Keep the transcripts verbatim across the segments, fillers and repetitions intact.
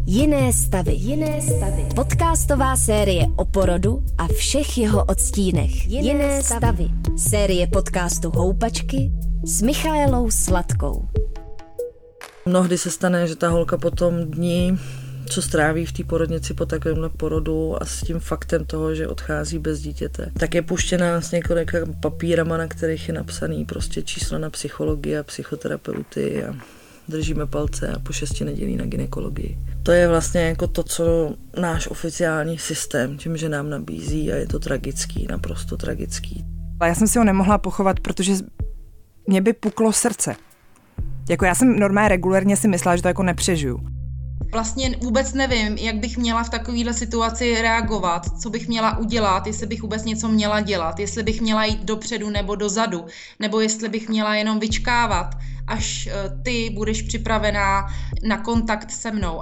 Jiné stavy. Jiné stavy. Podcastová série o porodu a všech jeho odstínech. Jiné, Jiné stavy. Série podcastu Houpačky s Michaelou Sladkou. Mnohdy se stane, že ta holka po tom dni, co stráví v té porodnici po takovémhle porodu a s tím faktem toho, že odchází bez dítěte, tak je puštěná s několika papírama, na kterých je napsaný prostě číslo na psychologii a psychoterapeuty a držíme palce a po šesti nedělí na gynekologii. To je vlastně jako to, co náš oficiální systém tím, že nám nabízí a je to tragický, naprosto tragický. Já jsem si ho nemohla pochovat, protože mě by puklo srdce. Jako já jsem normálně regulérně si myslela, že to jako nepřežiju. Vlastně vůbec nevím, jak bych měla v takovéhle situaci reagovat, co bych měla udělat, jestli bych vůbec něco měla dělat, jestli bych měla jít dopředu nebo dozadu, nebo jestli bych měla jenom vyčkávat, až ty budeš připravená na kontakt se mnou.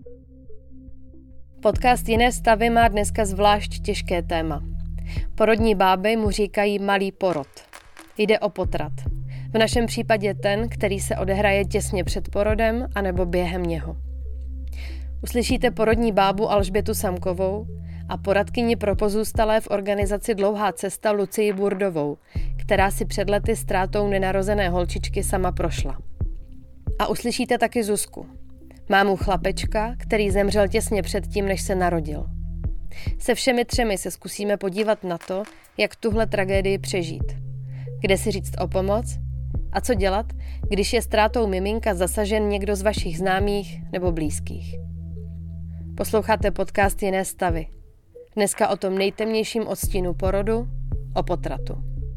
Podcast Jiné stavy má dneska zvlášť těžké téma. Porodní báby mu říkají malý porod. Jde o potrat. V našem případě ten, který se odehraje těsně před porodem anebo během něho. Uslyšíte porodní bábu Alžbětu Samkovou a poradkyni pro pozůstalé v organizaci Dlouhá cesta Lucii Burdovou, která si před lety ztrátou nenarozené holčičky sama prošla. A uslyšíte taky Zuzku, mámu chlapečka, který zemřel těsně předtím, než se narodil. Se všemi třemi se zkusíme podívat na to, jak tuhle tragédii přežít. Kde si říct o pomoc a co dělat, když je ztrátou miminka zasažen někdo z vašich známých nebo blízkých. Posloucháte podcast Jiné stavy. Dneska o tom nejtemnějším odstínu porodu, o potratu.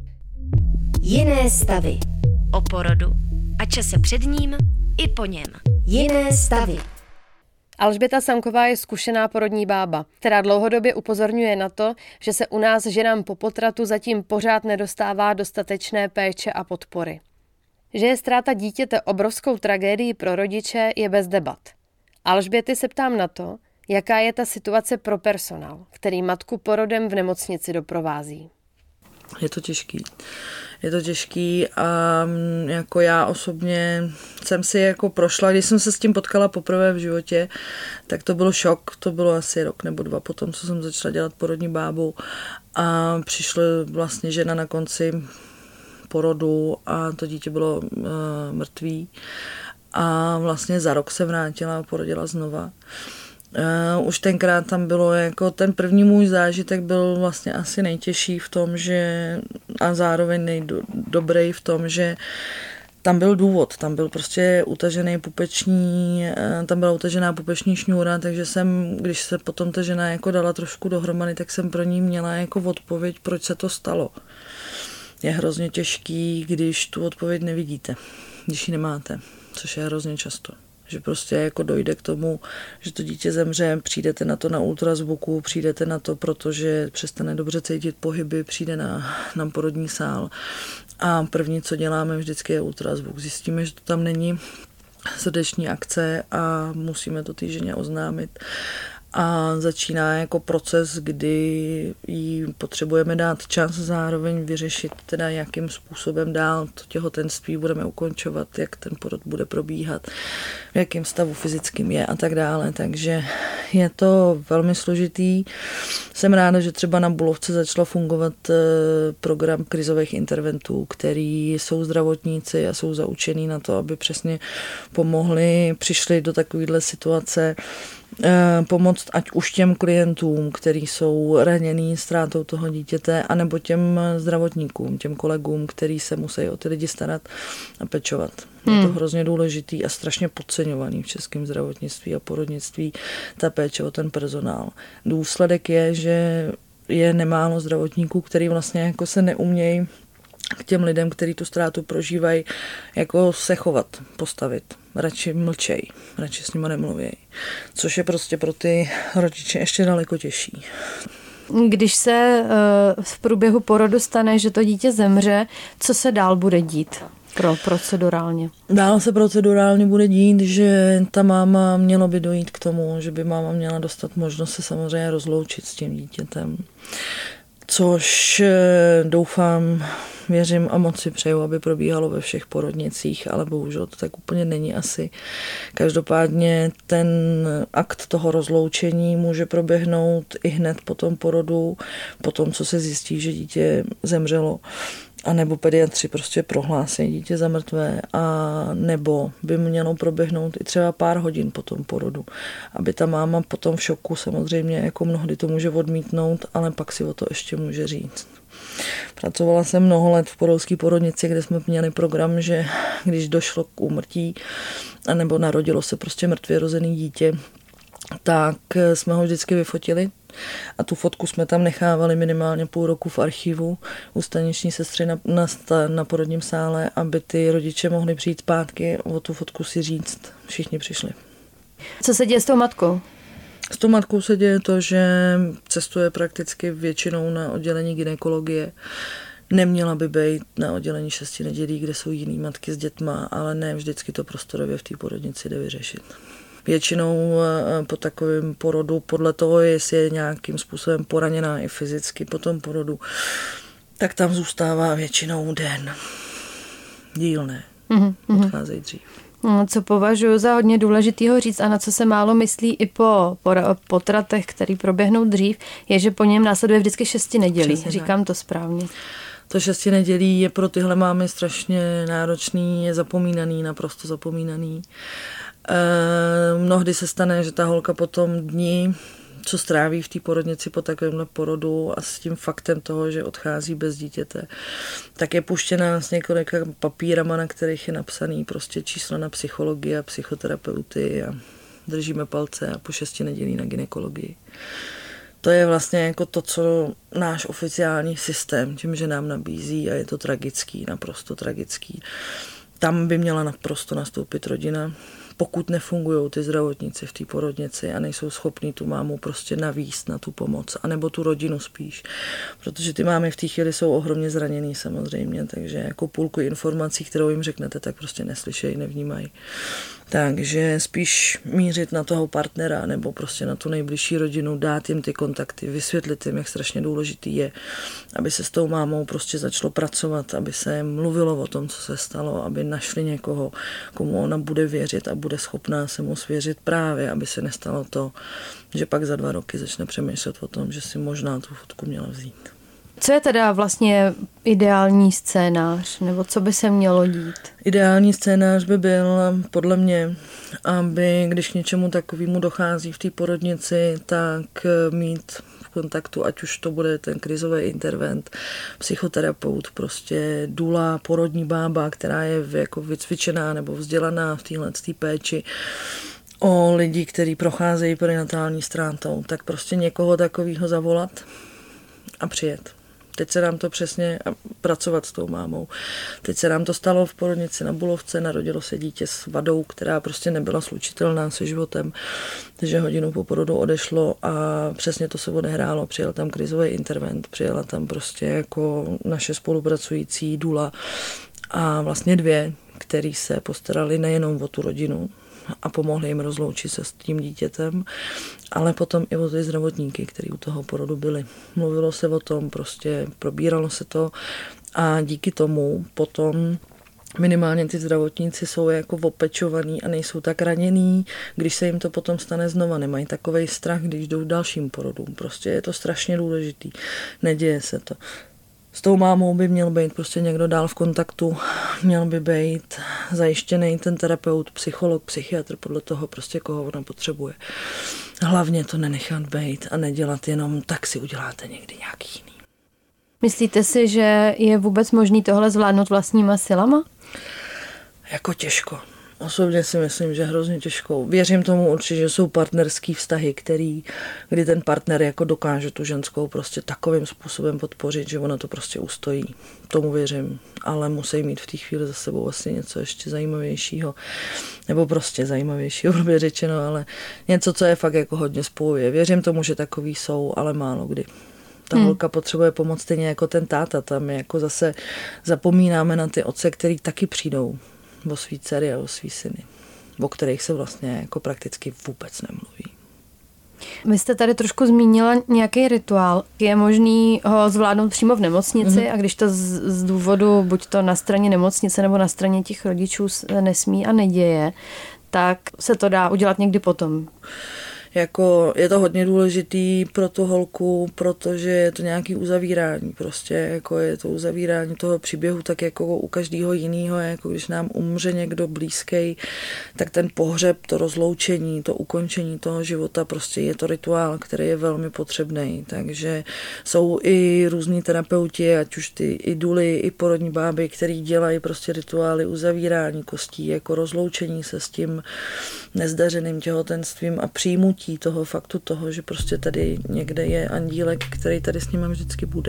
Jiné stavy. O porodu a čase před ním i po něm. Jiné stavy. Alžběta Samková je zkušená porodní bába, která dlouhodobě upozorňuje na to, že se u nás ženám po potratu zatím pořád nedostává dostatečné péče a podpory. Že je ztráta dítěte obrovskou tragédií pro rodiče, je bez debat. Alžběty se ptám na to, jaká je ta situace pro personál, který matku porodem v nemocnici doprovází. Je to těžký. Je to těžký a jako já osobně jsem si jako prošla, když jsem se s tím potkala poprvé v životě, tak to byl šok, to bylo asi rok nebo dva potom, co jsem začala dělat porodní bábu a přišla vlastně žena na konci porodu a to dítě bylo uh, mrtvý a vlastně za rok se vrátila a porodila znova. Uh, už tenkrát tam bylo jako ten první můj zážitek byl vlastně asi nejtěžší v tom, že a zároveň nejdobrý v tom, že tam byl důvod, tam byl prostě utažený pupeční, uh, tam byla utažená pupeční šňůra, takže jsem, když se potom ta žena jako dala trošku dohromady, tak jsem pro ní měla jako odpověď, proč se to stalo. Je hrozně těžký, když tu odpověď nevidíte, když ji nemáte, což je hrozně často. Že prostě jako dojde k tomu, že to dítě zemře, přijdete na to na ultrazvuku, přijdete na to, protože přestane dobře cítit pohyby, přijde na, na porodní sál a první, co děláme vždycky je ultrazvuk. Zjistíme, že to tam není srdeční akce a musíme to té ženě oznámit. A začíná jako proces, kdy jí potřebujeme dát čas zároveň vyřešit, teda jakým způsobem dál to těhotenství budeme ukončovat, jak ten porod bude probíhat, v jakém stavu fyzickým je a tak dále. Takže je to velmi složitý. Jsem ráda, že třeba na Bulovce začal fungovat program krizových interventů, který jsou zdravotníci a jsou zaučený na to, aby přesně pomohli, přišli do takovéhle situace, pomoct ať už těm klientům, kteří jsou raněný ztrátou toho dítěte, anebo těm zdravotníkům, těm kolegům, kteří se musí o ty lidi starat a pečovat. Hmm. Je to hrozně důležitý a strašně podceňovaný v českém zdravotnictví a porodnictví ta péče o ten personál. Důsledek je, že je nemálo zdravotníků, který vlastně jako se neumějí k těm lidem, kteří tu ztrátu prožívají, jako se chovat, postavit. Radši mlčej, radši s nima nemluvěj. Což je prostě pro ty rodiče ještě daleko těžší. Když se uh, v průběhu porodu stane, že to dítě zemře, co se dál bude dít pro procedurálně? Dál se procedurálně bude dít, že ta máma mělo by dojít k tomu, že by máma měla dostat možnost se samozřejmě rozloučit s tím dítětem. což doufám, věřím a moc si přeju, aby probíhalo ve všech porodnicích, ale bohužel to tak úplně není asi. Každopádně ten akt toho rozloučení může proběhnout i hned po tom porodu, po tom, co se zjistí, že dítě zemřelo, a nebo pediatři prostě prohlásí dítě za mrtvé, a nebo by mělo proběhnout i třeba pár hodin po tom porodu, aby ta máma potom v šoku samozřejmě jako mnohdy to může odmítnout, ale pak si o to ještě může říct. Pracovala jsem mnoho let v porodské porodnici, kde jsme měli program, že když došlo k úmrtí, anebo narodilo se prostě mrtvě rozený dítě, tak jsme ho vždycky vyfotili a tu fotku jsme tam nechávali minimálně půl roku v archivu u staniční sestry na, na, na porodním sále, aby ty rodiče mohli přijít zpátky o tu fotku si říct. Všichni přišli. Co se děje s tou matkou? S tou matkou se děje to, že cestuje prakticky většinou na oddělení gynekologie. Neměla by být na oddělení šesti nedělí, kde jsou jiný matky s dětma, ale ne vždycky to prostorově v té porodnici jde vyřešit. Většinou po takovém porodu, podle toho, jestli je nějakým způsobem poraněná i fyzicky po tom porodu, tak tam zůstává většinou den. Díl ne. Mm-hmm. Odcházejí dřív. Co považuji za hodně důležitýho říct a na co se málo myslí i po potratech, který proběhnou dřív, je, že po něm následuje vždycky šesti nedělí. Přesně, říkám tak. To správně. To šesti nedělí je pro tyhle mámy strašně náročný, je zapomínaný, naprosto zapomínaný. E, mnohdy se stane, že ta holka po tom dni, co stráví v té porodnici po takovémhle porodu a s tím faktem toho, že odchází bez dítěte, tak je puštěná s několika papírama, na kterých je napsaný prostě číslo na psychologii a psychoterapeuty a držíme palce a po šesti nedělí na gynekologii. To je vlastně jako to, co náš oficiální systém, tím, že nám nabízí, a je to tragický, naprosto tragický. Tam by měla naprosto nastoupit rodina, pokud nefungují ty zdravotníci v té porodnici a nejsou schopní tu mámu prostě navíst na tu pomoc, anebo tu rodinu spíš, protože ty mámy v té chvíli jsou ohromně zraněný samozřejmě, takže jako půlku informací, kterou jim řeknete, tak prostě neslyšejí, nevnímají. Takže spíš mířit na toho partnera nebo prostě na tu nejbližší rodinu, dát jim ty kontakty, vysvětlit jim, jak strašně důležitý je, aby se s tou mámou prostě začalo pracovat, aby se mluvilo o tom, co se stalo, aby našli někoho, komu ona bude věřit a bude schopná se mu svěřit právě, aby se nestalo to, že pak za dva roky začne přemýšlet o tom, že si možná tu fotku měla vzít. Co je teda vlastně ideální scénář, nebo co by se mělo dít? Ideální scénář by byl podle mě, aby když k něčemu takovému dochází v té porodnici, tak mít v kontaktu, ať už to bude ten krizový intervent, psychoterapeut, prostě dula, porodní bába, která je jako vycvičená nebo vzdělaná v téhle péči, o lidi, kteří procházejí perinatální ztrátou, tak prostě někoho takového zavolat a přijet. Teď se nám to přesně pracovat s tou mámou. Teď se nám to stalo v porodnici na Bulovce, narodilo se dítě s vadou, která prostě nebyla slučitelná se životem, takže hodinu po porodu odešlo a přesně to se odehrálo. Přijel tam krizový intervent, přijela tam prostě jako naše spolupracující dula a vlastně dvě, který se postarali nejenom o tu rodinu a pomohli jim rozloučit se s tím dítětem, ale potom i o ty zdravotníky, kteří u toho porodu byli. Mluvilo se o tom, prostě probíralo se to a díky tomu potom minimálně ty zdravotníci jsou jako opečovaný a nejsou tak raněný, když se jim to potom stane znova. Nemají takovej strach, když jdou dalším porodům. Prostě je to strašně důležitý. Neděje se to. S tou mámou by měl být prostě někdo dál v kontaktu, měl by být zajištěný ten terapeut, psycholog, psychiatr, podle toho prostě koho ona potřebuje. Hlavně to nenechat být a nedělat jenom tak si uděláte někdy nějaký jiný. Myslíte si, že je vůbec možný tohle zvládnout vlastníma silama? Jako těžko. Osobně si myslím, že hrozně těžkou. Věřím tomu určitě, že jsou partnerský vztahy, který, kdy ten partner jako dokáže tu ženskou prostě takovým způsobem podpořit, že ona to prostě ustojí. Tomu věřím, ale musí mít v té chvíli za sebou asi něco ještě zajímavějšího, nebo prostě zajímavějšího, by řečeno, ale něco, co je fakt jako hodně spojuje. Věřím tomu, že takový jsou, ale málo kdy. Ta hmm. holka potřebuje pomoc stejně jako ten táta, tam jako zase zapomínáme na ty otce, který taky přijdou o svý dcery a o svý syny, o kterých se vlastně jako prakticky vůbec nemluví. Vy jste tady trošku zmínila nějaký rituál. Je možný ho zvládnout přímo v nemocnici mm-hmm. a když to z, z důvodu buď to na straně nemocnice nebo na straně těch rodičů nesmí a neděje, tak se to dá udělat někdy potom. Jako je to hodně důležitý pro tu holku, protože je to nějaký uzavírání prostě, jako je to uzavírání toho příběhu, tak jako u každého jiného, jako když nám umře někdo blízký, tak ten pohřeb, to rozloučení, to ukončení toho života, prostě je to rituál, který je velmi potřebný, takže jsou i různí terapeuti, ať už ty iduly, i porodní báby, který dělají prostě rituály uzavírání kostí, jako rozloučení se s tím nezdařeným těhotenstvím a přijmutí toho faktu toho, že prostě tady někde je andílek, který tady s nimi vždycky bude.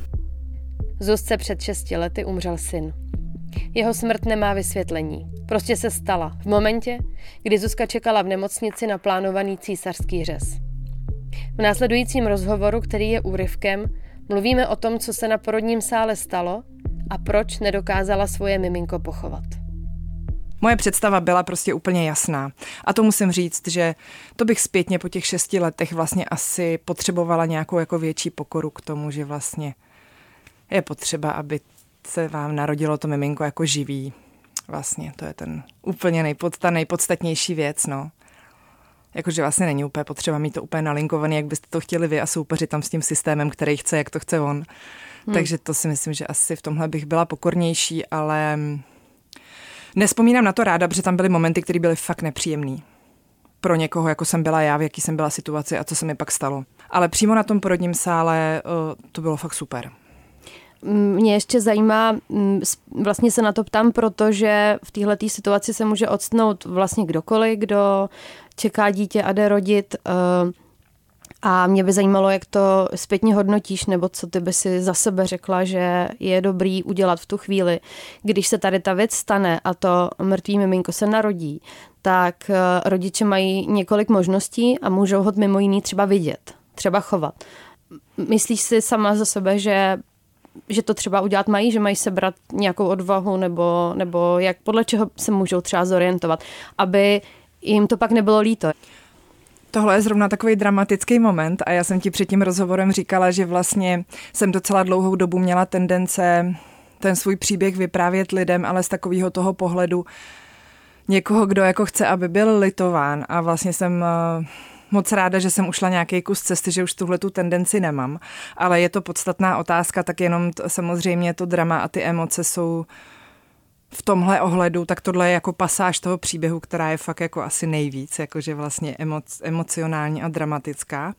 Zuzce před šesti lety umřel syn. Jeho smrt nemá vysvětlení. Prostě se stala v momentě, kdy Zuzka čekala v nemocnici na plánovaný císařský řez. V následujícím rozhovoru, který je úryvkem, mluvíme o tom, co se na porodním sále stalo a proč nedokázala svoje miminko pochovat. Moje představa byla prostě úplně jasná. A to musím říct, že to bych zpětně po těch šesti letech vlastně asi potřebovala nějakou jako větší pokoru k tomu, že vlastně je potřeba, aby se vám narodilo to miminko jako živý. Vlastně to je ten úplně nejpodsta, nejpodstatnější věc, no. Jakože vlastně není úplně potřeba mít to úplně nalinkovaný, jak byste to chtěli vy a soupeřit tam s tím systémem, který chce, jak to chce on. Hmm. Takže to si myslím, že asi v tomhle bych byla pokornější, ale nespomínám na to ráda, protože tam byly momenty, které byly fakt nepříjemný. Pro někoho, jako jsem byla já, v jaký jsem byla situaci a co se mi pak stalo. Ale přímo na tom porodním sále to bylo fakt super. Mě ještě zajímá, vlastně se na to ptám, protože v téhletý situaci se může odstnout vlastně kdokoliv, kdo čeká dítě a jde rodit. A mě by zajímalo, jak to zpětně hodnotíš, nebo co ty by si za sebe řekla, že je dobrý udělat v tu chvíli, když se tady ta věc stane a to mrtvý miminko se narodí, tak rodiče mají několik možností a můžou ho mimo jiný třeba vidět, třeba chovat. Myslíš si sama za sebe, že že to třeba udělat mají, že mají sebrat nějakou odvahu, nebo, nebo jak podle čeho se můžou třeba zorientovat, aby jim to pak nebylo líto? Tohle je zrovna takový dramatický moment a já jsem ti před tím rozhovorem říkala, že vlastně jsem docela dlouhou dobu měla tendence ten svůj příběh vyprávět lidem, ale z takového toho pohledu někoho, kdo jako chce, aby byl litován, a vlastně jsem moc ráda, že jsem ušla nějaký kus cesty, že už tuhle tu tendenci nemám, ale je to podstatná otázka, tak jenom to, samozřejmě to drama a ty emoce jsou v tomhle ohledu, tak tohle je jako pasáž toho příběhu, která je fakt jako asi nejvíc, jakože vlastně emoc, emocionální a dramatická.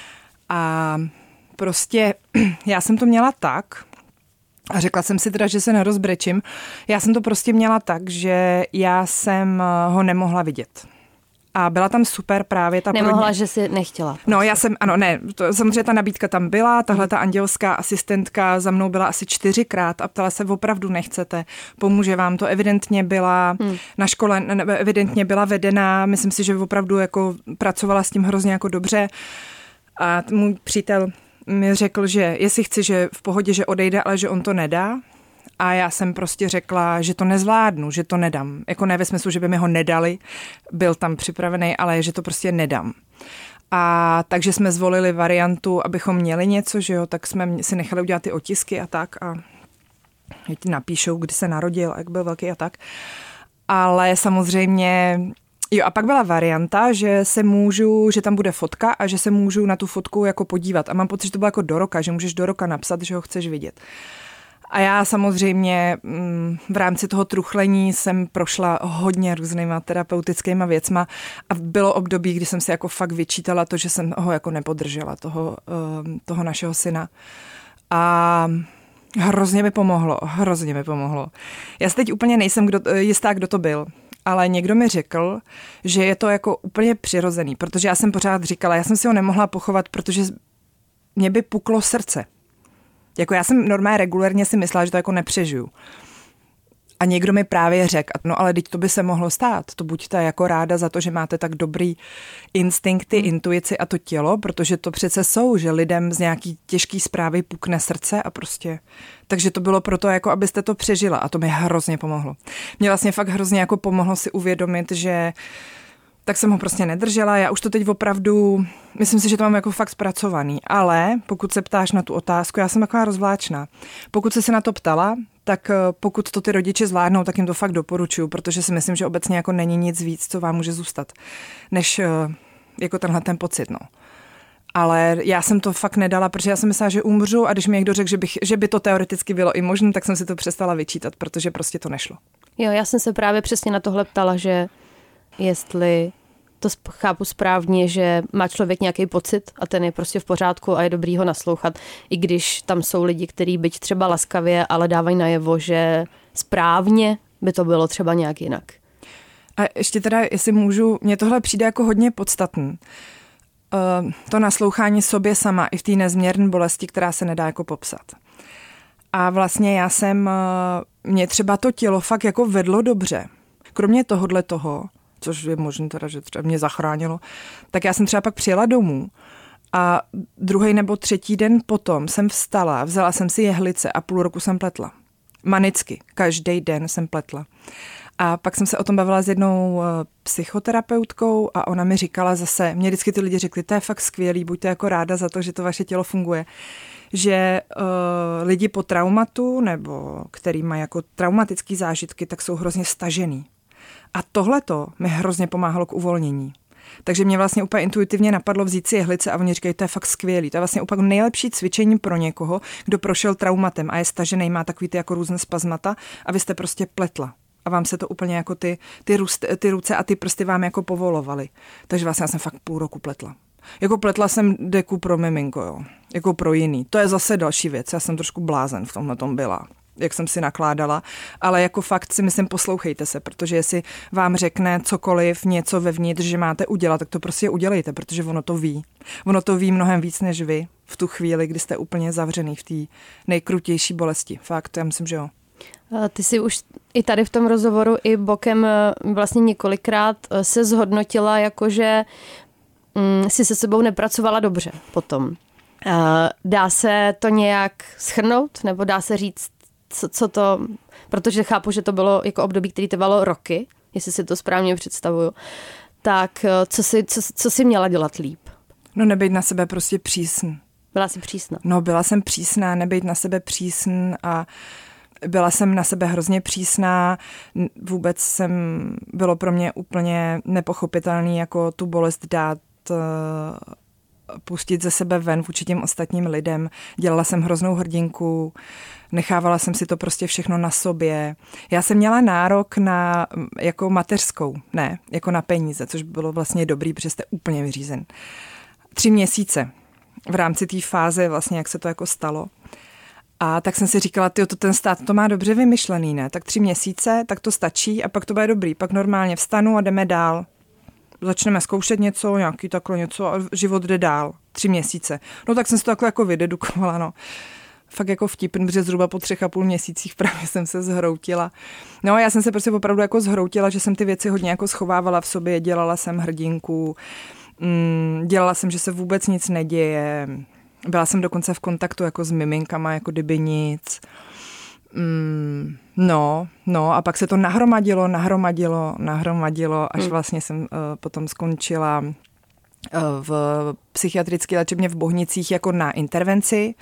A prostě já jsem to měla tak, a řekla jsem si teda, že se nerozbrečím, já jsem to prostě měla tak, že já jsem ho nemohla vidět. A byla tam super právě ta... Nemohla, porodní... že si nechtěla. Prostě. No já jsem, ano, ne, to, samozřejmě ta nabídka tam byla, tahle ta andělská asistentka za mnou byla asi čtyřikrát a ptala se, opravdu nechcete, pomůže vám to, evidentně byla hmm. na škole, evidentně byla vedená, myslím si, že opravdu jako pracovala s tím hrozně jako dobře a můj přítel mi řekl, že jestli chci, že v pohodě, že odejde, ale že on to nedá. A já jsem prostě řekla, že to nezvládnu, že to nedám. Jako ne ve smyslu, že by mi ho nedali, byl tam připravený, ale že to prostě nedám. A takže jsme zvolili variantu, abychom měli něco, že jo, tak jsme si nechali udělat ty otisky a tak a ti napíšou, kdy se narodil, jak byl velký a tak. Ale samozřejmě, jo, a pak byla varianta, že se můžu, že tam bude fotka a že se můžu na tu fotku jako podívat. A mám pocit, že to bylo jako do roka, že můžeš do roka napsat, že ho chceš vidět. A já samozřejmě v rámci toho truchlení jsem prošla hodně různýma terapeutickýma věcma a bylo období, kdy jsem si jako fakt vyčítala to, že jsem ho jako nepodržela, toho, toho našeho syna. A hrozně mi pomohlo, hrozně mi pomohlo. Já si teď úplně nejsem kdo, jistá, kdo to byl, ale někdo mi řekl, že je to jako úplně přirozený, protože já jsem pořád říkala, já jsem si ho nemohla pochovat, protože mě by puklo srdce. Jako já jsem normálně regulérně si myslela, že to jako nepřežiju. A někdo mi právě řekl, no ale teď to by se mohlo stát. To buďte jako ráda za to, že máte tak dobrý instinkty, hmm. intuici a to tělo, protože to přece jsou, že lidem z nějaký těžký zprávy pukne srdce a prostě. Takže to bylo proto, jako abyste to přežila a to mi hrozně pomohlo. Mě vlastně fakt hrozně jako pomohlo si uvědomit, že tak jsem ho prostě nedržela. Já už to teď opravdu, myslím si, že to mám jako fakt zpracovaný, ale pokud se ptáš na tu otázku, já jsem taková rozvláčná. Pokud jsi se na to ptala, tak pokud to ty rodiče zvládnou, tak jim to fakt doporučuju, protože si myslím, že obecně jako není nic víc, co vám může zůstat, než jako tenhle ten pocit, no. Ale já jsem to fakt nedala, protože já jsem myslela, že umřu a když mi někdo řekl, že, bych, že by to teoreticky bylo i možné, tak jsem si to přestala vyčítat, protože prostě to nešlo. Jo, já jsem se právě přesně na tohle ptala, že jestli to chápu správně, že má člověk nějaký pocit a ten je prostě v pořádku a je dobrý ho naslouchat, i když tam jsou lidi, kteří byť třeba laskavě, ale dávají najevo, že správně by to bylo třeba nějak jinak. A ještě teda, jestli můžu, mně tohle přijde jako hodně podstatný. Uh, to naslouchání sobě sama i v té nezměrné bolesti, která se nedá jako popsat. A vlastně já jsem, uh, mě třeba to tělo fakt jako vedlo dobře. Kromě tohodle toho, což je možné teda, že třeba mě zachránilo, tak já jsem třeba pak přijela domů a druhý nebo třetí den potom jsem vstala, vzala jsem si jehlice a půl roku jsem pletla. Manicky, každý den jsem pletla. A pak jsem se o tom bavila s jednou psychoterapeutkou a ona mi říkala zase, mě vždycky ty lidi řekli, to je fakt skvělý, buďte jako ráda za to, že to vaše tělo funguje. Že uh, lidi po traumatu nebo který mají jako traumatický zážitky, tak jsou hrozně stažený. A tohleto mi hrozně pomáhalo k uvolnění. Takže mě vlastně úplně intuitivně napadlo vzít si jehlice a oni říkají, to je fakt skvělý. To je vlastně úplně nejlepší cvičení pro někoho, kdo prošel traumatem a je stažený, má takový ty jako různé spazmata a vy jste prostě pletla. A vám se to úplně jako ty, ty, růst, ty ruce a ty prsty vám jako povolovaly. Takže vlastně já jsem fakt půl roku pletla. Jako pletla jsem deku pro miminko, jo. Jako pro jiný. To je zase další věc. Já jsem trošku blázen v tomhle tom byla, jak jsem si nakládala. Ale jako fakt si myslím, poslouchejte se, protože jestli vám řekne cokoliv, něco vevnitř, že máte udělat, tak to prostě udělejte, protože ono to ví. Ono to ví mnohem víc než vy v tu chvíli, kdy jste úplně zavřený v té nejkrutější bolesti. Fakt, já myslím, že jo. Ty jsi už i tady v tom rozhovoru i bokem vlastně několikrát se zhodnotila, jakože mm, si se sebou nepracovala dobře potom. Dá se to nějak shrnout, nebo dá se říct, co, co to, protože chápu, že to bylo jako období, které trvalo roky, jestli si to správně představuju, tak co jsi, co, co jsi měla dělat líp? No nebejt na sebe prostě přísn. Byla jsi přísná? No byla jsem přísná, nebejt na sebe přísn a byla jsem na sebe hrozně přísná, vůbec jsem, bylo pro mě úplně nepochopitelný, jako tu bolest dát, pustit ze sebe ven vůči těm ostatním lidem. Dělala jsem hroznou hrdinku, nechávala jsem si to prostě všechno na sobě. Já jsem měla nárok na jako mateřskou, ne, jako na peníze, což bylo vlastně dobrý, protože jste úplně vyřízen. Tři měsíce v rámci té fáze vlastně, jak se to jako stalo. A tak jsem si říkala, tyjo, to ten stát to má dobře vymyšlený, ne? Tak tři měsíce, tak to stačí a pak to bude dobrý. Pak normálně vstanu a jdeme dál. Začneme zkoušet něco, nějaký takhle něco a život jde dál. Tři měsíce. No tak jsem si to takhle jako vydedukovala, no. Fakt jako vtipn, protože zhruba po třech a půl měsících právě jsem se zhroutila. No a já jsem se prostě opravdu jako zhroutila, že jsem ty věci hodně jako schovávala v sobě, dělala jsem hrdinku, mm, dělala jsem, že se vůbec nic neděje. Byla jsem dokonce v kontaktu jako s miminkama, jako kdyby nic. Mm, no, no a pak se to nahromadilo, nahromadilo, nahromadilo, až vlastně jsem uh, potom skončila uh, v psychiatrické léčebně v Bohnicích jako na intervenci.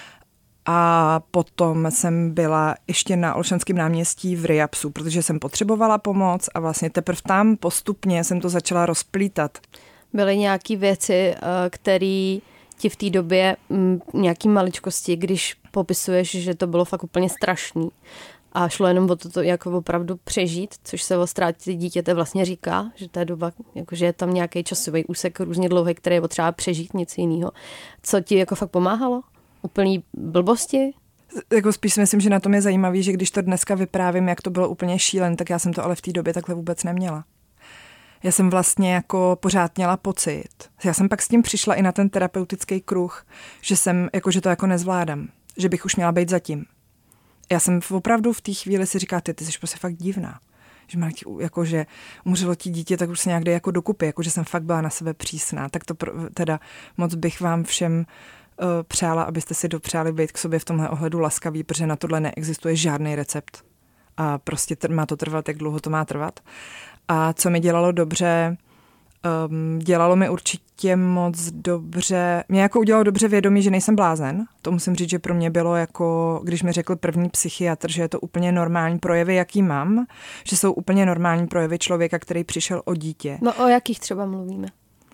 A potom jsem byla ještě na Olšanském náměstí v Riapsu, protože jsem potřebovala pomoc a vlastně teprve tam postupně jsem to začala rozplítat. Byly nějaké věci, které ti v té době nějaký maličkosti, když popisuješ, že to bylo fakt úplně strašný a šlo jenom o to, to jako opravdu přežít, což se o ztrátě dítěte vlastně říká, že to je doba, jakože je tam nějaký časový úsek různě dlouhý, který je potřeba přežít, nic jiného. Co ti jako fakt pomáhalo? Úplný blbosti? Jako spíš si myslím, že na tom je zajímavý, že když to dneska vyprávím, jak to bylo úplně šílen, tak já jsem to ale v té době takhle vůbec neměla. Já jsem vlastně jako pořád měla pocit. Já jsem pak s tím přišla i na ten terapeutický kruh, že jsem, jako že to jako nezvládám, že bych už měla být zatím. Já jsem opravdu v té chvíli si říká, ty, ty jsi prostě fakt divná. Že, má, jako, že umřelo ti dítě, tak už se nějak jde jako dokupy, jako že jsem fakt byla na sebe přísná. Tak to teda moc bych vám všem uh, přála, abyste si dopřáli být k sobě v tomhle ohledu laskaví, protože na tohle neexistuje žádný recept. A prostě má to trvat, jak dlouho to má trvat. A co mi dělalo dobře, Um, dělalo mi určitě moc dobře, mě jako udělalo dobře vědomí, že nejsem blázen. To musím říct, že pro mě bylo jako, když mi řekl první psychiatr, že je to úplně normální projevy, jaký mám, že jsou úplně normální projevy člověka, který přišel o dítě. No o jakých třeba mluvíme?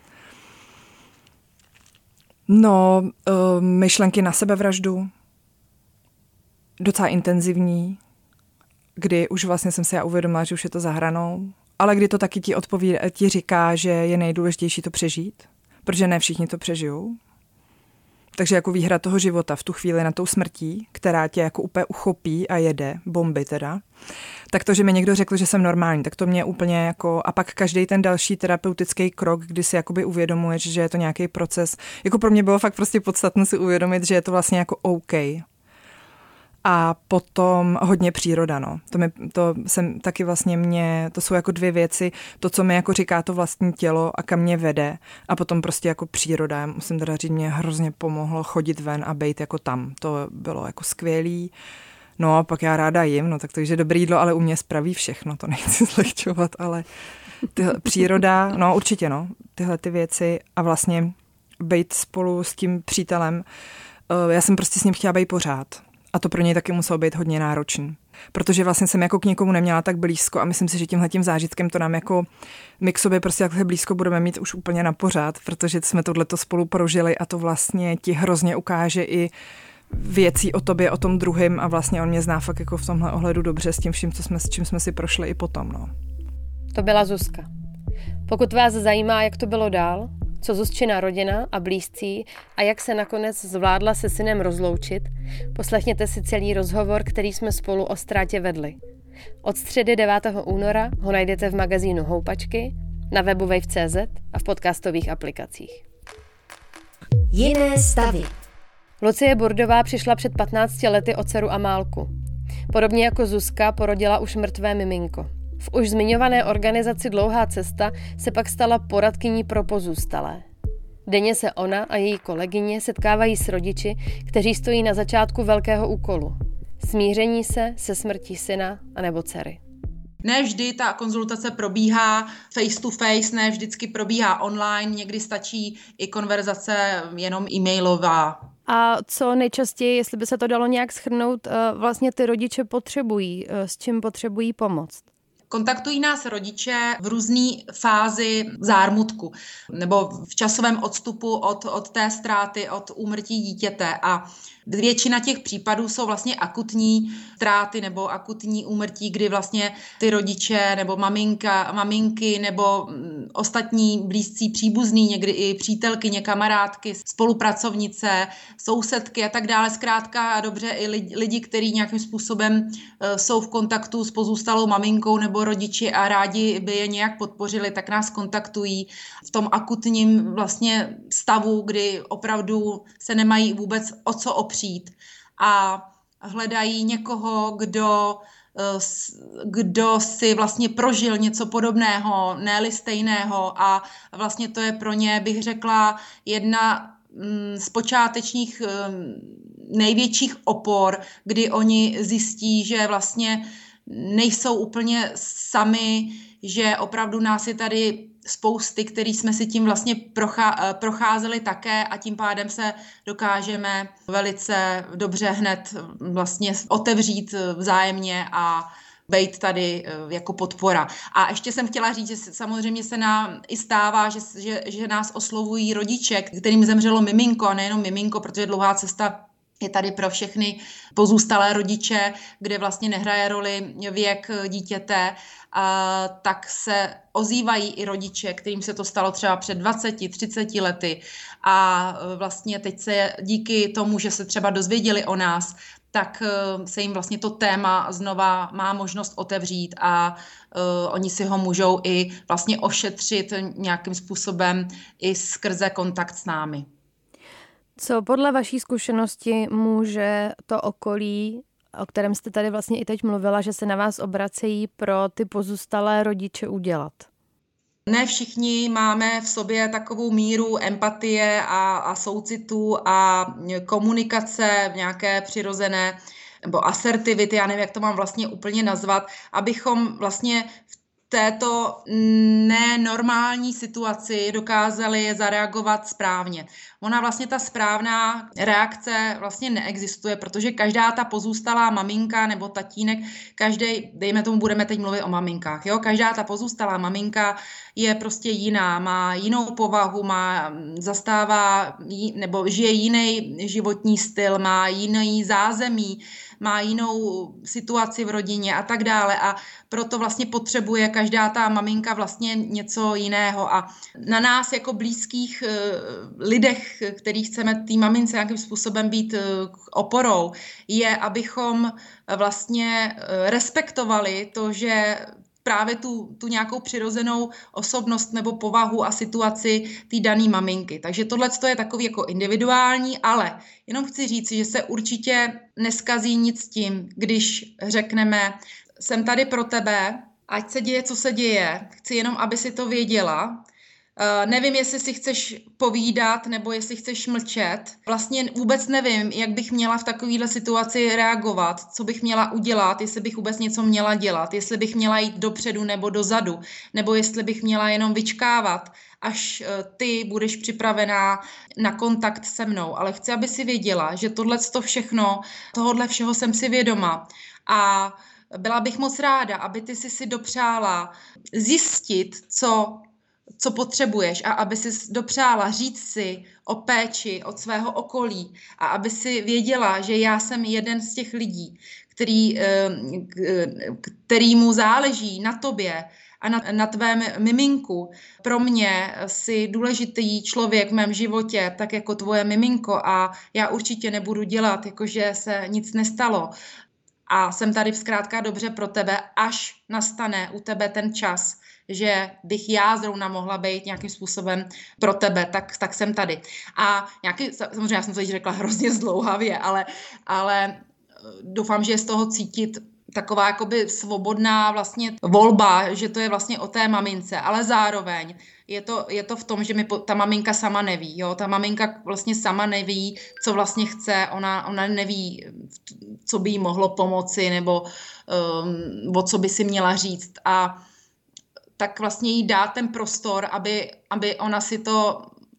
No, uh, myšlenky na sebevraždu, docela intenzivní, kdy už vlastně jsem se já uvědomila, že už je to za hranou, ale kdy to taky ti odpoví, ti říká, že je nejdůležitější to přežít, protože ne všichni to přežijou. Takže jako výhra toho života v tu chvíli na tou smrtí, která tě jako úplně uchopí a jede, bomby teda, tak to, že mi někdo řekl, že jsem normální, tak to mě úplně jako, a pak každý ten další terapeutický krok, kdy si jakoby uvědomuješ, že je to nějaký proces, jako pro mě bylo fakt prostě podstatné si uvědomit, že je to vlastně jako OK. A potom hodně příroda, no. To, mi, to jsem taky vlastně mě, to jsou jako dvě věci, to, co mi jako říká to vlastní tělo a kam mě vede a potom prostě jako příroda. Já musím teda říct, mě hrozně pomohlo chodit ven a bejt jako tam. To bylo jako skvělý. No a pak já ráda jim, no tak to je dobrý jídlo, ale u mě spraví všechno, to nechci zlehčovat, ale tyhle, příroda, no určitě no, tyhle ty věci a vlastně bejt spolu s tím přítelem, já jsem prostě s ním chtěla bejt pořád. A to pro něj taky muselo být hodně náročný. Protože vlastně jsem jako k někomu neměla tak blízko a myslím si, že tímhletím zážitkem to nám jako my k sobě prostě takhle blízko budeme mít už úplně na pořád, protože jsme tohleto spolu prožili a to vlastně ti hrozně ukáže i věcí o tobě, o tom druhým a vlastně on mě zná fakt jako v tomhle ohledu dobře s tím vším, co jsme, s čím jsme si prošli i potom. No. To byla Zuzka. Pokud vás zajímá, jak to bylo dál, co Zuzčina rodina a blízcí a jak se nakonec zvládla se synem rozloučit, poslechněte si celý rozhovor, který jsme spolu o ztrátě vedli. Od středy devátého února ho najdete v magazínu Houpačky, na webu wave tečka cé zet a v podcastových aplikacích. Jiné stavy. Lucie Burdová přišla před patnácti lety o dceru Amálku. Podobně jako Zuzka porodila už mrtvé miminko. V už zmiňované organizaci Dlouhá cesta se pak stala poradkyní pro pozůstalé. Denně se ona a její kolegyně setkávají s rodiči, kteří stojí na začátku velkého úkolu. Smíření se se smrtí syna anebo dcery. Ne vždy ta konzultace probíhá face to face, ne vždycky probíhá online, někdy stačí i konverzace jenom e-mailová. A co nejčastěji, jestli by se to dalo nějak shrnout, vlastně ty rodiče potřebují, s čím potřebují pomoct? Kontaktují nás rodiče v různé fázi zármutku nebo v časovém odstupu od, od té ztráty, od úmrtí dítěte a většina těch případů jsou vlastně akutní ztráty nebo akutní úmrtí, kdy vlastně ty rodiče nebo maminka, maminky nebo ostatní blízcí příbuzní, někdy i přítelkyně, kamarádky, spolupracovnice, sousedky a tak dále. Zkrátka a dobře i lidi, lidi kteří nějakým způsobem jsou v kontaktu s pozůstalou maminkou nebo rodiči a rádi by je nějak podpořili, tak nás kontaktují v tom akutním vlastně stavu, kdy opravdu se nemají vůbec o co opřít a hledají někoho, kdo, kdo si vlastně prožil něco podobného, ne-li stejného a vlastně to je pro ně, bych řekla, jedna z počátečních největších opor, kdy oni zjistí, že vlastně nejsou úplně sami, že opravdu nás je tady spousty, který jsme si tím vlastně procházeli také a tím pádem se dokážeme velice dobře hned vlastně otevřít vzájemně a být tady jako podpora. A ještě jsem chtěla říct, že samozřejmě se nám i stává, že, že, že nás oslovují rodiče, kterým zemřelo miminko a nejenom miminko, protože Dlouhá cesta je tady pro všechny pozůstalé rodiče, kde vlastně nehraje roli věk dítěte, a tak se ozývají i rodiče, kterým se to stalo třeba před dvaceti, třiceti lety a vlastně teď se díky tomu, že se třeba dozvěděli o nás, tak se jim vlastně to téma znova má možnost otevřít a uh, oni si ho můžou i vlastně ošetřit nějakým způsobem i skrze kontakt s námi. Co podle vaší zkušenosti může to okolí, o kterém jste tady vlastně i teď mluvila, že se na vás obracejí pro ty pozůstalé rodiče udělat? Ne všichni máme v sobě takovou míru empatie a, a soucitu a komunikace nějaké přirozené nebo asertivity, já nevím, jak to mám vlastně úplně nazvat, abychom vlastně v této nenormální situaci dokázali zareagovat správně. Ona vlastně ta správná reakce vlastně neexistuje, protože každá ta pozůstalá maminka nebo tatínek, každý, dejme tomu, budeme teď mluvit o maminkách, jo? Každá ta pozůstalá maminka je prostě jiná, má jinou povahu, má, zastává nebo žije jiný životní styl, má jiný zázemí, má jinou situaci v rodině a tak dále a proto vlastně potřebuje každá ta maminka vlastně něco jiného a na nás jako blízkých lidech, který chceme té mamince nějakým způsobem být oporou, je, abychom vlastně respektovali to, že právě tu, tu nějakou přirozenou osobnost nebo povahu a situaci té dané maminky. Takže tohle je takový jako individuální, ale jenom chci říct, že se určitě neskazí nic tím, když řekneme, jsem tady pro tebe, ať se děje, co se děje, chci jenom, aby si to věděla. Uh, nevím, jestli si chceš povídat, nebo jestli chceš mlčet. Vlastně vůbec nevím, jak bych měla v takovéhle situaci reagovat, co bych měla udělat, jestli bych vůbec něco měla dělat, jestli bych měla jít dopředu nebo dozadu, nebo jestli bych měla jenom vyčkávat, až uh, ty budeš připravená na kontakt se mnou. Ale chci, aby si věděla, že tohleto všechno, tohodle všeho jsem si vědoma. A byla bych moc ráda, aby ty si si dopřála zjistit, co co potřebuješ a aby si dopřála říct si o péči od svého okolí a aby si věděla, že já jsem jeden z těch lidí, který, který mu záleží na tobě a na, na tvém miminku. Pro mě jsi důležitý člověk v mém životě, tak jako tvoje miminko a já určitě nebudu dělat, jakože se nic nestalo. A jsem tady zkrátka dobře pro tebe, až nastane u tebe ten čas, že bych já zrovna mohla být nějakým způsobem pro tebe, tak, tak jsem tady. A nějaký, samozřejmě já jsem to teď řekla hrozně zdlouhavě, ale, ale doufám, že je z toho cítit taková jakoby svobodná vlastně volba, že to je vlastně o té mamince, ale zároveň je to, je to v tom, že mi po, ta maminka sama neví, jo, ta maminka vlastně sama neví, co vlastně chce, ona, ona neví, co by jí mohlo pomoci, nebo um, o co by si měla říct a tak vlastně jí dát ten prostor, aby, aby ona si to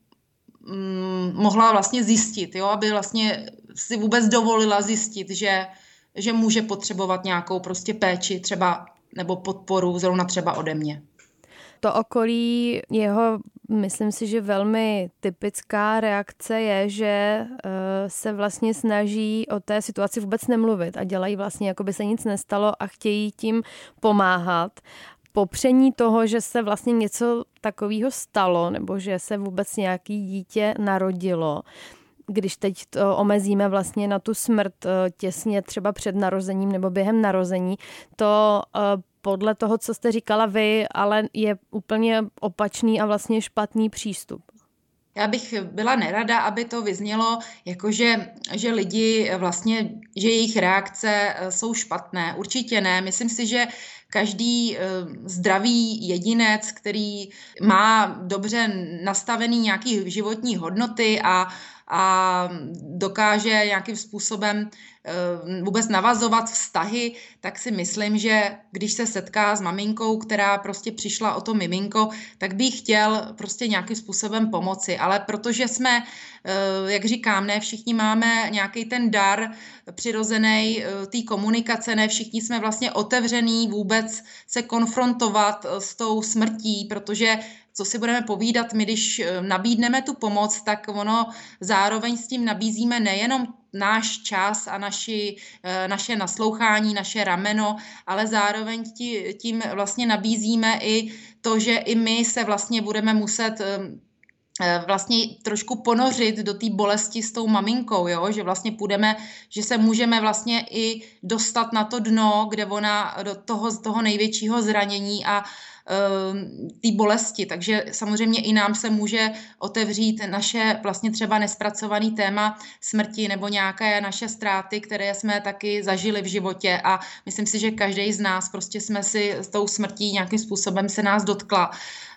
um, mohla vlastně zjistit, jo, aby vlastně si vůbec dovolila zjistit, že že může potřebovat nějakou prostě péči třeba nebo podporu zrovna třeba ode mě. To okolí jeho, myslím si, že velmi typická reakce je, že uh, se vlastně snaží o té situaci vůbec nemluvit a dělají vlastně, jako by se nic nestalo a chtějí tím pomáhat. Popření toho, že se vlastně něco takového stalo nebo že se vůbec nějaký dítě narodilo, když teď to omezíme vlastně na tu smrt těsně třeba před narozením nebo během narození, to podle toho, co jste říkala vy, ale je úplně opačný a vlastně špatný přístup. Já bych byla nerada, aby to vyznělo, jakože že lidi vlastně, že jejich reakce jsou špatné. Určitě ne. Myslím si, že každý zdravý jedinec, který má dobře nastavený nějaký životní hodnoty a a dokáže nějakým způsobem vůbec navazovat vztahy, tak si myslím, že když se setká s maminkou, která prostě přišla o to miminko, tak by chtěl prostě nějakým způsobem pomoci. Ale protože jsme, jak říkám, ne všichni máme nějaký ten dar přirozený té komunikace, ne všichni jsme vlastně otevřený vůbec se konfrontovat s tou smrtí, protože co si budeme povídat, my když nabídneme tu pomoc, tak ono zároveň s tím nabízíme nejenom náš čas a naši, naše naslouchání, naše rameno, ale zároveň tím vlastně nabízíme i to, že i my se vlastně budeme muset vlastně trošku ponořit do té bolesti s tou maminkou, jo? Že vlastně půjdeme, že se můžeme vlastně i dostat na to dno, kde ona do toho, z toho největšího zranění a té bolesti, takže samozřejmě i nám se může otevřít naše vlastně třeba nespracované téma smrti nebo nějaké naše ztráty, které jsme taky zažili v životě a myslím si, že každý z nás prostě jsme si s tou smrtí nějakým způsobem se nás dotkla.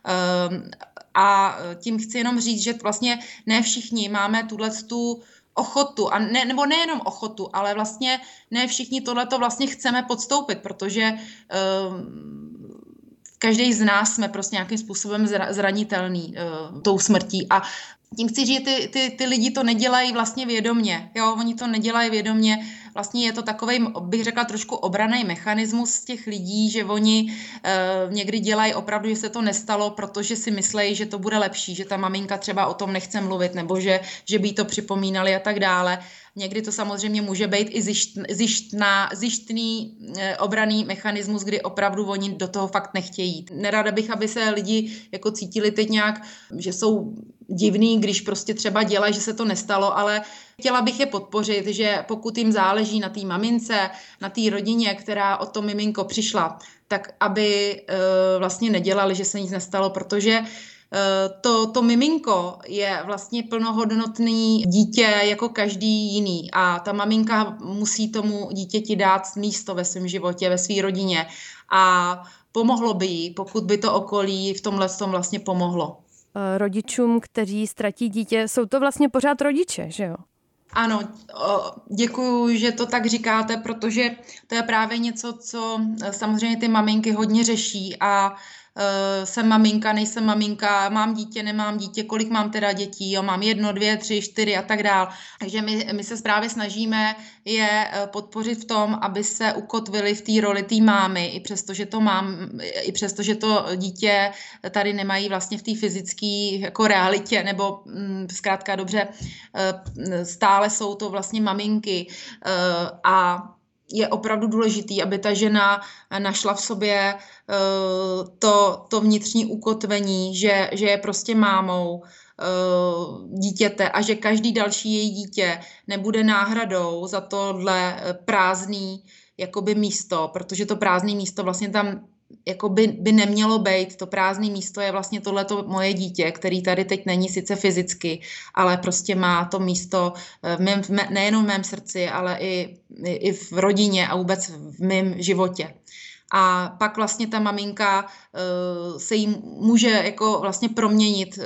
A tím chci jenom říct, že vlastně ne všichni máme tuhletu ochotu, a ne, nebo nejenom ochotu, ale vlastně ne všichni tohleto vlastně chceme podstoupit, protože každý z nás jsme prostě nějakým způsobem zranitelný uh, tou smrtí a tím chci říct, ty, ty, ty lidi to nedělají vlastně vědomě, jo, oni to nedělají vědomě, vlastně je to takovej, bych řekla, trošku obranný mechanismus těch lidí, že oni e, někdy dělají opravdu, že se to nestalo, protože si myslejí, že to bude lepší, že ta maminka třeba o tom nechce mluvit, nebo že, že by jí to připomínali a tak dále. Někdy to samozřejmě může být i zišť, zištná, zištný e, obranný mechanismus, kdy opravdu oni do toho fakt nechtějí jít. Nerada bych, aby se lidi jako cítili teď nějak, že jsou divný, když prostě třeba dělají, že se to nestalo, ale chtěla bych je podpořit, že pokud jim záleží na té mamince, na té rodině, která o to miminko přišla, tak aby e, vlastně nedělali, že se nic nestalo, protože To, to miminko je vlastně plnohodnotný dítě jako každý jiný a ta maminka musí tomu dítěti dát místo ve svém životě, ve své rodině a pomohlo by jí, pokud by to okolí v tomhle tom vlastně pomohlo. Rodičům, kteří ztratí dítě, jsou to vlastně pořád rodiče, že jo? Ano, děkuju, že to tak říkáte, protože to je právě něco, co samozřejmě ty maminky hodně řeší a Uh, jsem maminka, nejsem maminka, mám dítě, nemám dítě, kolik mám teda dětí, jo, mám jedno, dvě, tři, čtyři a tak dál. Takže my, my se právě snažíme je podpořit v tom, aby se ukotvili v té roli té mámy, i přesto, že to mám, i přesto, že to dítě tady nemají vlastně v té fyzické jako realitě, nebo mm, zkrátka dobře, uh, stále jsou to vlastně maminky uh, a je opravdu důležitý, aby ta žena našla v sobě uh, to, to vnitřní ukotvení, že, že je prostě mámou uh, dítěte a že každý další její dítě nebude náhradou za tohle prázdný jakoby místo, protože to prázdné místo vlastně tam jako by, by nemělo být. To prázdné místo je vlastně tohleto moje dítě, který tady teď není sice fyzicky, ale prostě má to místo v mém, v mé, nejenom v mém srdci, ale i, i, i v rodině a vůbec v mém životě. A pak vlastně ta maminka uh, se jí může jako vlastně proměnit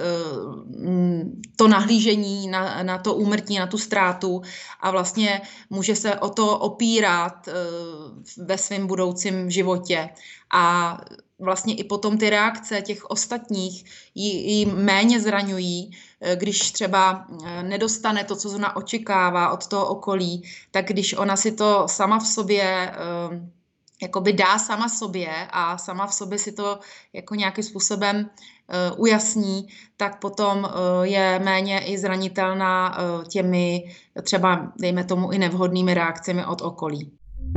uh, to nahlížení na, na to úmrtí, na tu ztrátu a vlastně může se o to opírat uh, ve svém budoucím životě. A vlastně i potom ty reakce těch ostatních ji méně zraňují, když třeba nedostane to, co ona očekává od toho okolí, tak když ona si to sama v sobě uh, jakoby dá sama sobě a sama v sobě si to jako nějakým způsobem uh, ujasní, tak potom uh, je méně i zranitelná uh, těmi třeba, dejme tomu, i nevhodnými reakcemi od okolí.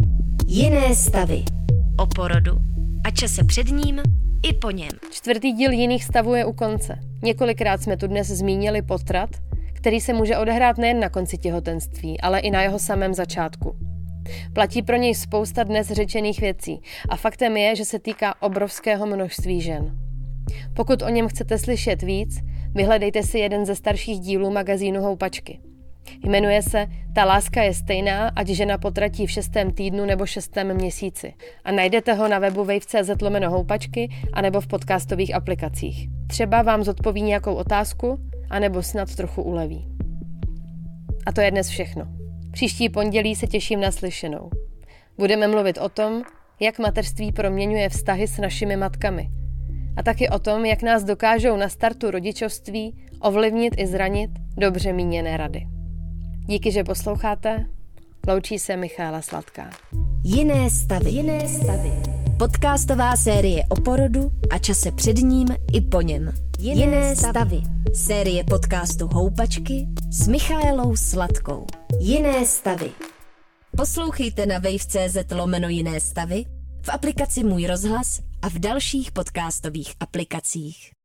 Jiné stavy o porodu a čase před ním i po něm. Čtvrtý díl Jiných stavů je u konce. Několikrát jsme tu dnes zmínili potrat, který se může odehrát nejen na konci těhotenství, ale i na jeho samém začátku. Platí pro něj spousta dnes řečených věcí a faktem je, že se týká obrovského množství žen. Pokud o něm chcete slyšet víc, vyhledejte si jeden ze starších dílů magazínu Houpačky. Jmenuje se Ta láska je stejná, ať žena potratí v šestém týdnu nebo šestém měsíci. A najdete ho na webu wave tečka cz lomeno houpačky anebo v podcastových aplikacích. Třeba vám zodpoví nějakou otázku, anebo snad trochu uleví. A to je dnes všechno. Příští pondělí se těším na slyšenou. Budeme mluvit o tom, jak mateřství proměňuje vztahy s našimi matkami. A taky o tom, jak nás dokážou na startu rodičovství ovlivnit i zranit dobře míněné rady. Díky, že posloucháte. Loučí se Michaela Sladká. Jiné stavy. Jiné stavy. Podcastová série o porodu a čase před ním i po něm. Jiné, Jiné stavy. stavy. Série podcastu Houpačky s Michaelou Sladkou. Jiné stavy. Poslouchejte na wave tečka cz lomeno jiné stavy, v aplikaci Můj rozhlas a v dalších podcastových aplikacích.